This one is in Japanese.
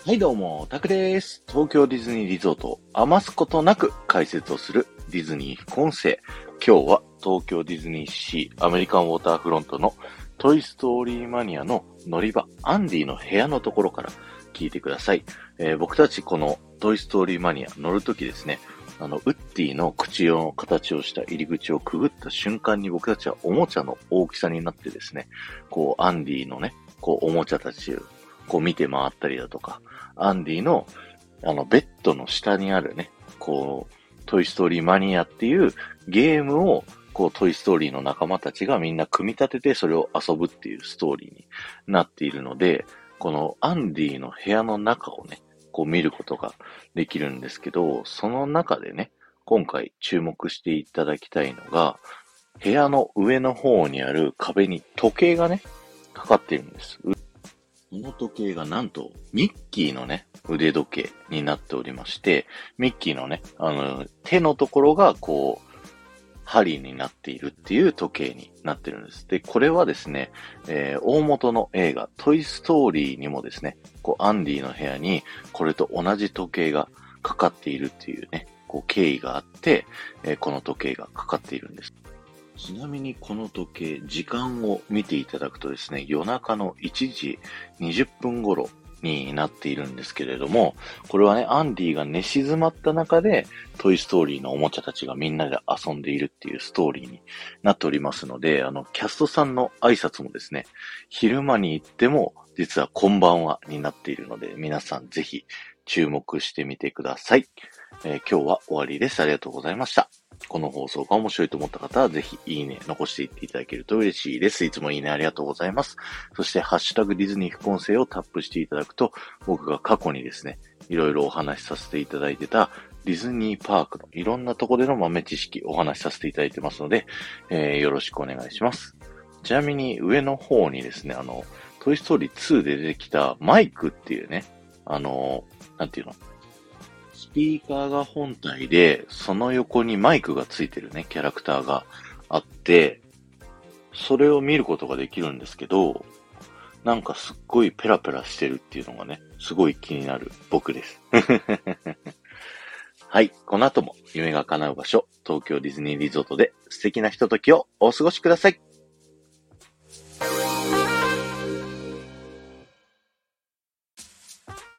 はいどうも、タクです。東京ディズニーリゾートを余すことなく解説をするディズニー副音声。今日は東京ディズニーシーアメリカンウォーターフロントのトイストーリーマニアの乗り場アンディの部屋のところから聞いてください。僕たちこのトイストーリーマニア乗るときですね、ウッディの口の形をした入り口をくぐった瞬間に僕たちはおもちゃの大きさになってですね、こうアンディのね、こうおもちゃたちをこう見て回ったりだとか、アンディのベッドの下にあるね、こう、トイストーリーマニアっていうゲームをこうトイストーリーの仲間たちがみんな組み立ててそれを遊ぶっていうストーリーになっているので、このアンディの部屋の中をね、こう見ることができるんですけど、その中でね、今回注目していただきたいのが、部屋の上の方にある壁に時計がね、かかっているんです。この時計がなんと、ミッキーのね、腕時計になっておりまして、ミッキーのね、手のところがこう、針になっているっていう時計になってるんです。で、これはですね、大元の映画、トイストーリーにもですね、こう、アンディの部屋に、これと同じ時計がかかっているっていうね、こう、経緯があって、この時計がかかっているんです。ちなみにこの時計、時間を見ていただくとですね、夜中の1時20分頃になっているんですけれども、これはね、アンディが寝静まった中で、トイストーリーのおもちゃたちがみんなで遊んでいるっていうストーリーになっておりますので、キャストさんの挨拶もですね、昼間に行っても、実はこんばんはになっているので、皆さんぜひ注目してみてください。今日は終わりです。ありがとうございました。この放送が面白いと思った方は、ぜひいいね、残していっていただけると嬉しいです。いつもいいねありがとうございます。そして、ハッシュタグディズニー副音声をタップしていただくと、僕が過去にですね、いろいろお話しさせていただいてた、ディズニーパークのいろんなところでの豆知識お話しさせていただいてますので、よろしくお願いします。ちなみに上の方にですね、トイストーリー2で出てきたマイクっていうね、なんていうのスピーカーが本体で、その横にマイクがついてるね、キャラクターがあって、それを見ることができるんですけど、なんかすっごいペラペラしてるっていうのがね、すごい気になる僕です。はい。この後も夢が叶う場所、東京ディズニーリゾートで素敵なひとときをお過ごしください。